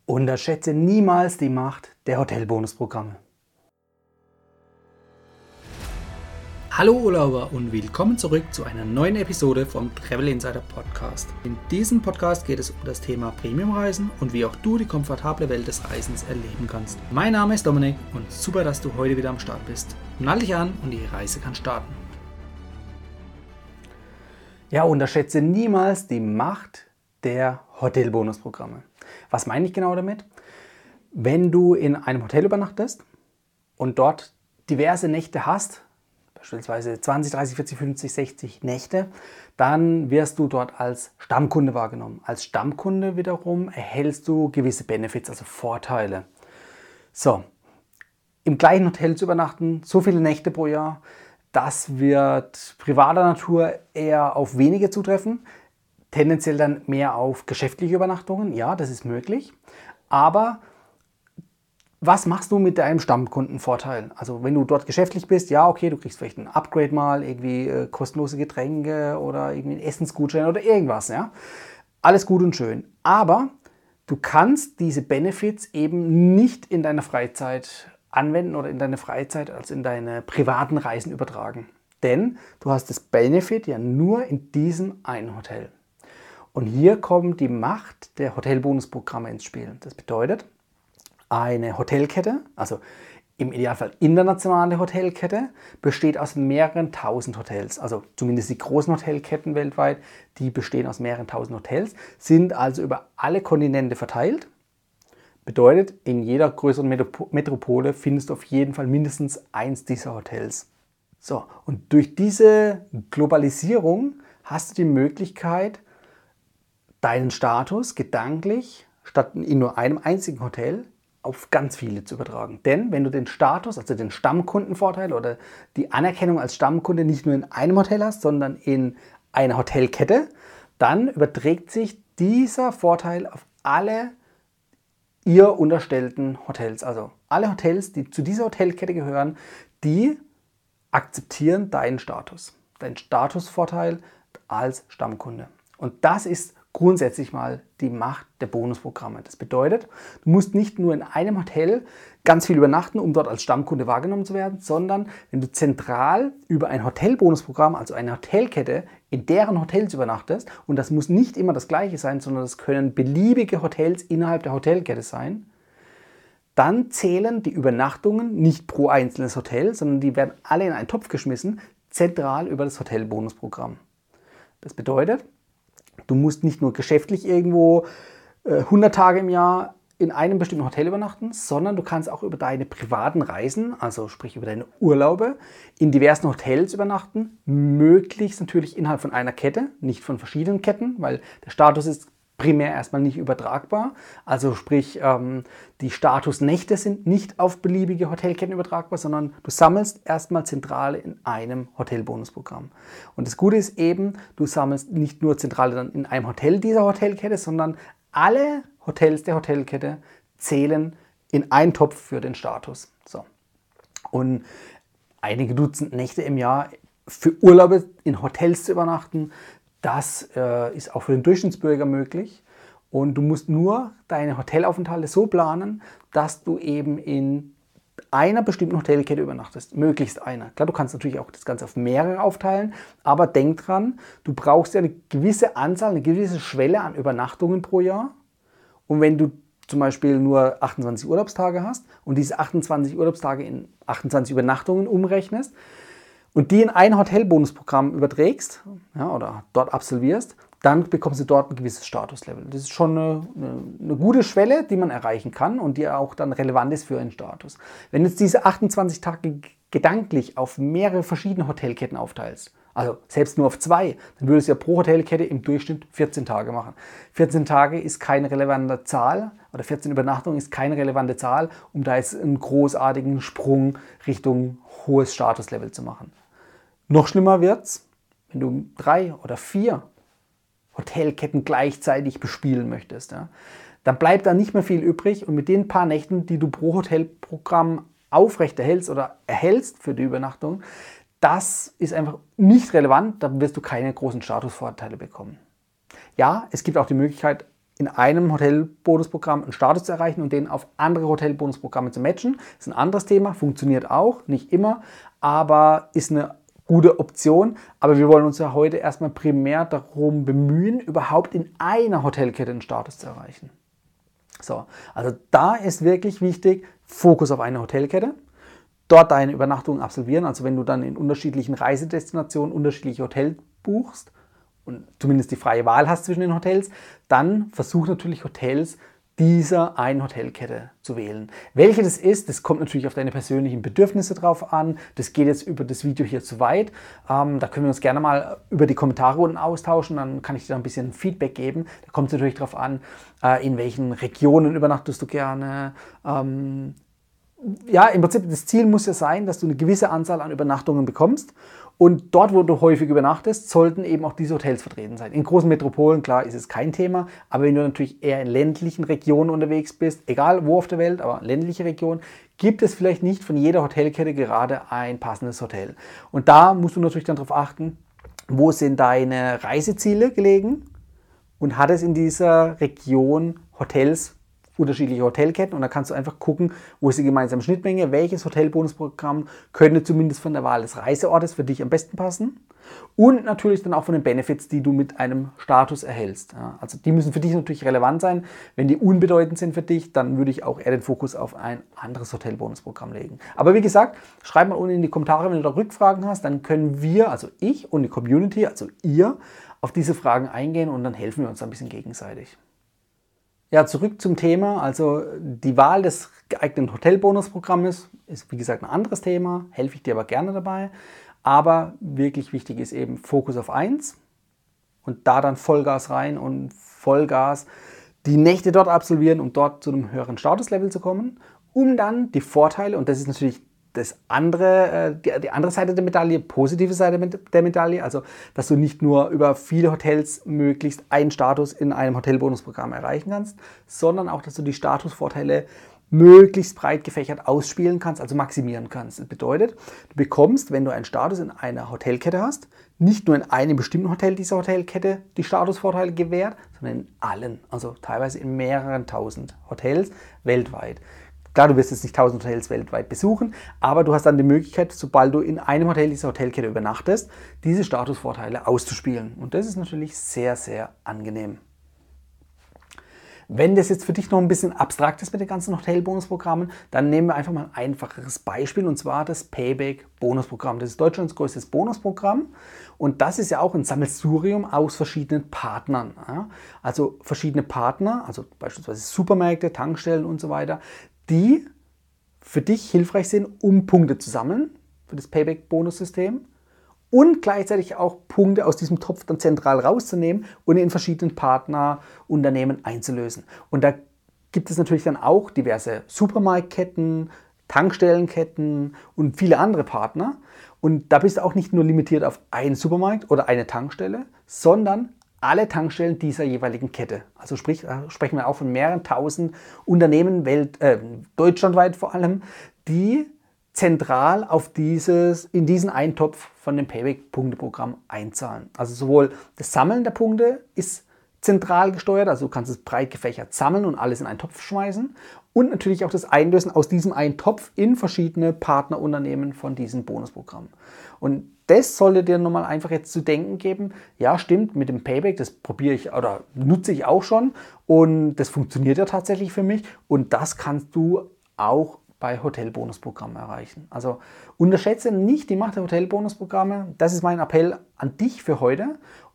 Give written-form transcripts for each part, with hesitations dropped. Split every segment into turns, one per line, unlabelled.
Unterschätze niemals die Macht der Hotelbonusprogramme. Hallo Urlauber und willkommen zurück zu einer neuen Episode vom Travel Insider Podcast. In diesem Podcast geht es um das Thema Premiumreisen und wie auch du die komfortable Welt des Reisens erleben kannst. Mein Name ist Dominik und super, dass du heute wieder am Start bist. Nall dich an und die Reise kann starten. Ja, unterschätze niemals die Macht der Hotelbonusprogramme. Was meine ich genau damit? Wenn du in einem Hotel übernachtest und dort diverse Nächte hast, beispielsweise 20, 30, 40, 50, 60 Nächte, dann wirst du dort als Stammkunde wahrgenommen. Als Stammkunde wiederum erhältst du gewisse Benefits, also Vorteile. So, im gleichen Hotel zu übernachten, so viele Nächte pro Jahr, das wird privater Natur eher auf wenige zutreffen, tendenziell dann mehr auf geschäftliche Übernachtungen. Ja, das ist möglich, aber was machst du mit deinem Stammkundenvorteil? Also wenn du dort geschäftlich bist, ja okay, du kriegst vielleicht ein Upgrade mal, irgendwie kostenlose Getränke oder irgendwie einen Essensgutschein oder irgendwas, ja. Alles gut und schön. Aber du kannst diese Benefits eben nicht in deiner Freizeit anwenden oder in deine Freizeit als in deine privaten Reisen übertragen. Denn du hast das Benefit ja nur in diesem einen Hotel. Und hier kommt die Macht der Hotelbonusprogramme ins Spiel. Das bedeutet, eine Hotelkette, also im Idealfall internationale Hotelkette, besteht aus mehreren tausend Hotels. Also zumindest die großen Hotelketten weltweit, die bestehen aus mehreren tausend Hotels, sind also über alle Kontinente verteilt. Bedeutet, in jeder größeren Metropole findest du auf jeden Fall mindestens eins dieser Hotels. So, und durch diese Globalisierung hast du die Möglichkeit, deinen Status gedanklich statt in nur einem einzigen Hotel auf ganz viele zu übertragen. Denn wenn du den Status, also den Stammkundenvorteil oder die Anerkennung als Stammkunde nicht nur in einem Hotel hast, sondern in einer Hotelkette, dann überträgt sich dieser Vorteil auf alle ihr unterstellten Hotels. Also alle Hotels, die zu dieser Hotelkette gehören, die akzeptieren deinen Statusvorteil als Stammkunde. Und das ist grundsätzlich mal die Macht der Bonusprogramme. Das bedeutet, du musst nicht nur in einem Hotel ganz viel übernachten, um dort als Stammkunde wahrgenommen zu werden, sondern wenn du zentral über ein Hotelbonusprogramm, also eine Hotelkette, in deren Hotels übernachtest, und das muss nicht immer das gleiche sein, sondern das können beliebige Hotels innerhalb der Hotelkette sein, dann zählen die Übernachtungen nicht pro einzelnes Hotel, sondern die werden alle in einen Topf geschmissen, zentral über das Hotelbonusprogramm. Das bedeutet, du musst nicht nur geschäftlich irgendwo 100 Tage im Jahr in einem bestimmten Hotel übernachten, sondern du kannst auch über deine privaten Reisen, also sprich über deine Urlaube, in diversen Hotels übernachten, möglichst natürlich innerhalb von einer Kette, nicht von verschiedenen Ketten, weil der Status ist primär erstmal nicht übertragbar. Also sprich, die Statusnächte sind nicht auf beliebige Hotelketten übertragbar, sondern du sammelst erstmal Zentrale in einem Hotelbonusprogramm. Und das Gute ist eben, du sammelst nicht nur Zentrale dann in einem Hotel dieser Hotelkette, sondern alle Hotels der Hotelkette zählen in einen Topf für den Status. So. Und einige Dutzend Nächte im Jahr für Urlaube in Hotels zu übernachten, das ist auch für den Durchschnittsbürger möglich. Und du musst nur deine Hotelaufenthalte so planen, dass du eben in einer bestimmten Hotelkette übernachtest. Möglichst einer. Klar, du kannst natürlich auch das Ganze auf mehrere aufteilen, aber denk dran, du brauchst ja eine gewisse Anzahl, eine gewisse Schwelle an Übernachtungen pro Jahr. Und wenn du zum Beispiel nur 28 Urlaubstage hast und diese 28 Urlaubstage in 28 Übernachtungen umrechnest, und die in ein Hotelbonusprogramm überträgst, ja, oder dort absolvierst, dann bekommst du dort ein gewisses Statuslevel. Das ist schon eine gute Schwelle, die man erreichen kann und die auch dann relevant ist für einen Status. Wenn du jetzt diese 28 Tage gedanklich auf mehrere verschiedene Hotelketten aufteilst, also selbst nur auf 2, dann würdest du ja pro Hotelkette im Durchschnitt 14 Tage machen. 14 Tage ist keine relevante Zahl, oder 14 Übernachtungen ist keine relevante Zahl, um da jetzt einen großartigen Sprung Richtung hohes Statuslevel zu machen. Noch schlimmer wird's, wenn du 3 oder 4 Hotelketten gleichzeitig bespielen möchtest. Ja. Dann bleibt da nicht mehr viel übrig und mit den paar Nächten, die du pro Hotelprogramm aufrechterhältst oder erhältst für die Übernachtung, das ist einfach nicht relevant, da wirst du keine großen Statusvorteile bekommen. Ja, es gibt auch die Möglichkeit, in einem Hotelbonusprogramm einen Status zu erreichen und den auf andere Hotelbonusprogramme zu matchen. Das ist ein anderes Thema, funktioniert auch, nicht immer, aber ist eine gute Option. Aber wir wollen uns ja heute erstmal primär darum bemühen, überhaupt in einer Hotelkette einen Status zu erreichen. So, also da ist wirklich wichtig, Fokus auf eine Hotelkette, dort deine Übernachtungen absolvieren. Also wenn du dann in unterschiedlichen Reisedestinationen unterschiedliche Hotels buchst und zumindest die freie Wahl hast zwischen den Hotels, dann versuch natürlich Hotels dieser einen Hotelkette zu wählen. Welche das ist, das kommt natürlich auf deine persönlichen Bedürfnisse drauf an. Das geht jetzt über das Video hier zu weit. Da können wir uns gerne mal über die Kommentare unten austauschen, dann kann ich dir da ein bisschen Feedback geben. Da kommt es natürlich darauf an, in welchen Regionen übernachtest du gerne. Ja, im Prinzip das Ziel muss ja sein, dass du eine gewisse Anzahl an Übernachtungen bekommst. Und dort, wo du häufig übernachtest, sollten eben auch diese Hotels vertreten sein. In großen Metropolen, klar, ist es kein Thema, aber wenn du natürlich eher in ländlichen Regionen unterwegs bist, egal wo auf der Welt, aber ländliche Regionen, gibt es vielleicht nicht von jeder Hotelkette gerade ein passendes Hotel. Und da musst du natürlich dann darauf achten, wo sind deine Reiseziele gelegen und hat es in dieser Region Hotels, unterschiedliche Hotelketten, und da kannst du einfach gucken, wo ist die gemeinsame Schnittmenge, welches Hotelbonusprogramm könnte zumindest von der Wahl des Reiseortes für dich am besten passen und natürlich dann auch von den Benefits, die du mit einem Status erhältst. Ja, also die müssen für dich natürlich relevant sein. Wenn die unbedeutend sind für dich, dann würde ich auch eher den Fokus auf ein anderes Hotelbonusprogramm legen. Aber wie gesagt, schreib mal unten in die Kommentare, wenn du da Rückfragen hast, dann können wir, also ich und die Community, also ihr, auf diese Fragen eingehen und dann helfen wir uns ein bisschen gegenseitig. Ja, zurück zum Thema. Also die Wahl des geeigneten Hotelbonusprogrammes ist wie gesagt ein anderes Thema, helfe ich dir aber gerne dabei. Aber wirklich wichtig ist eben Fokus auf eins und da dann Vollgas rein und Vollgas die Nächte dort absolvieren, um dort zu einem höheren Statuslevel zu kommen, um dann die Vorteile, und das ist natürlich das andere, die andere Seite der Medaille, positive Seite der Medaille, also dass du nicht nur über viele Hotels möglichst einen Status in einem Hotelbonusprogramm erreichen kannst, sondern auch, dass du die Statusvorteile möglichst breit gefächert ausspielen kannst, also maximieren kannst. Das bedeutet, du bekommst, wenn du einen Status in einer Hotelkette hast, nicht nur in einem bestimmten Hotel dieser Hotelkette die Statusvorteile gewährt, sondern in allen, also teilweise in mehreren tausend Hotels weltweit. Klar, du wirst jetzt nicht 1000 Hotels weltweit besuchen, aber du hast dann die Möglichkeit, sobald du in einem Hotel dieser Hotelkette übernachtest, diese Statusvorteile auszuspielen. Und das ist natürlich sehr, sehr angenehm. Wenn das jetzt für dich noch ein bisschen abstrakt ist mit den ganzen Hotelbonusprogrammen, dann nehmen wir einfach mal ein einfacheres Beispiel, und zwar das Payback-Bonusprogramm. Das ist Deutschlands größtes Bonusprogramm und das ist ja auch ein Sammelsurium aus verschiedenen Partnern. Ja? Also verschiedene Partner, also beispielsweise Supermärkte, Tankstellen und so weiter, die für dich hilfreich sind, um Punkte zu sammeln für das Payback-Bonussystem und gleichzeitig auch Punkte aus diesem Topf dann zentral rauszunehmen und in verschiedenen Partnerunternehmen einzulösen. Und da gibt es natürlich dann auch diverse Supermarktketten, Tankstellenketten und viele andere Partner. Und da bist du auch nicht nur limitiert auf einen Supermarkt oder eine Tankstelle, sondern alle Tankstellen dieser jeweiligen Kette. Also sprich, da sprechen wir auch von mehreren tausend Unternehmen, deutschlandweit vor allem, die zentral auf in diesen Eintopf von dem Payback-Punkteprogramm einzahlen. Also sowohl das Sammeln der Punkte ist zentral gesteuert, also du kannst es breit gefächert sammeln und alles in einen Topf schmeißen, und natürlich auch das Einlösen aus diesem einen Topf in verschiedene Partnerunternehmen von diesem Bonusprogramm. Und das sollte dir nochmal einfach jetzt zu denken geben. Ja, stimmt, mit dem Payback, das probiere ich oder nutze ich auch schon und das funktioniert ja tatsächlich für mich, und das kannst du auch bei Hotelbonusprogrammen erreichen. Also unterschätze nicht die Macht der Hotelbonusprogramme. Das ist mein Appell an dich für heute.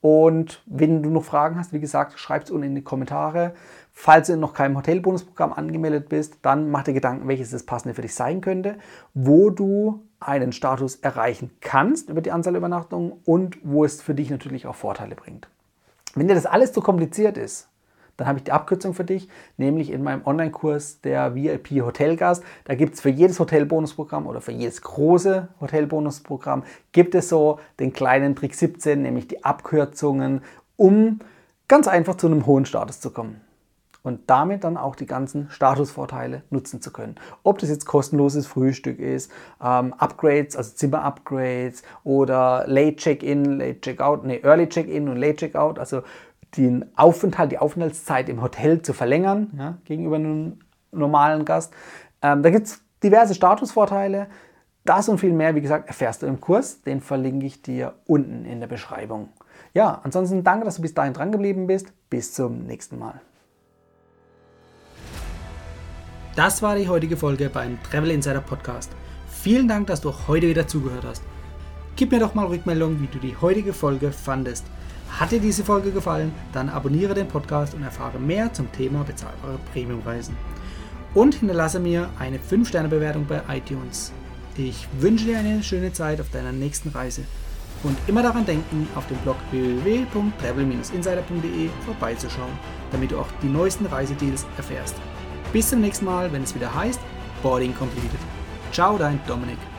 Und wenn du noch Fragen hast, wie gesagt, schreib es unten in die Kommentare. Falls du noch keinem Hotelbonusprogramm angemeldet bist, dann mach dir Gedanken, welches das passende für dich sein könnte, wo du einen Status erreichen kannst über die Anzahl Übernachtungen und wo es für dich natürlich auch Vorteile bringt. Wenn dir das alles zu kompliziert ist, dann habe ich die Abkürzung für dich, nämlich in meinem Online-Kurs der VIP Hotelgast. Da gibt es für jedes Hotelbonusprogramm oder für jedes große Hotelbonusprogramm gibt es so den kleinen Trick 17, nämlich die Abkürzungen, um ganz einfach zu einem hohen Status zu kommen. Und damit dann auch die ganzen Statusvorteile nutzen zu können. Ob das jetzt kostenloses Frühstück ist, Upgrades, also Zimmer-Upgrades oder Late Check-In, Late Check-Out, Early Check-In und Late Check-Out, also die Aufenthaltszeit im Hotel zu verlängern, ja, gegenüber einem normalen Gast. Da gibt es diverse Statusvorteile. Das und viel mehr, wie gesagt, erfährst du im Kurs. Den verlinke ich dir unten in der Beschreibung. Ja, ansonsten danke, dass du bis dahin dran geblieben bist. Bis zum nächsten Mal. Das war die heutige Folge beim Travel Insider Podcast. Vielen Dank, dass du auch heute wieder zugehört hast. Gib mir doch mal Rückmeldung, wie du die heutige Folge fandest. Hat dir diese Folge gefallen, dann abonniere den Podcast und erfahre mehr zum Thema bezahlbare Premiumreisen. Und hinterlasse mir eine 5-Sterne-Bewertung bei iTunes. Ich wünsche dir eine schöne Zeit auf deiner nächsten Reise. Und immer daran denken, auf dem Blog www.travel-insider.de vorbeizuschauen, damit du auch die neuesten Reisedeals erfährst. Bis zum nächsten Mal, wenn es wieder heißt Boarding Completed. Ciao, dein Dominik.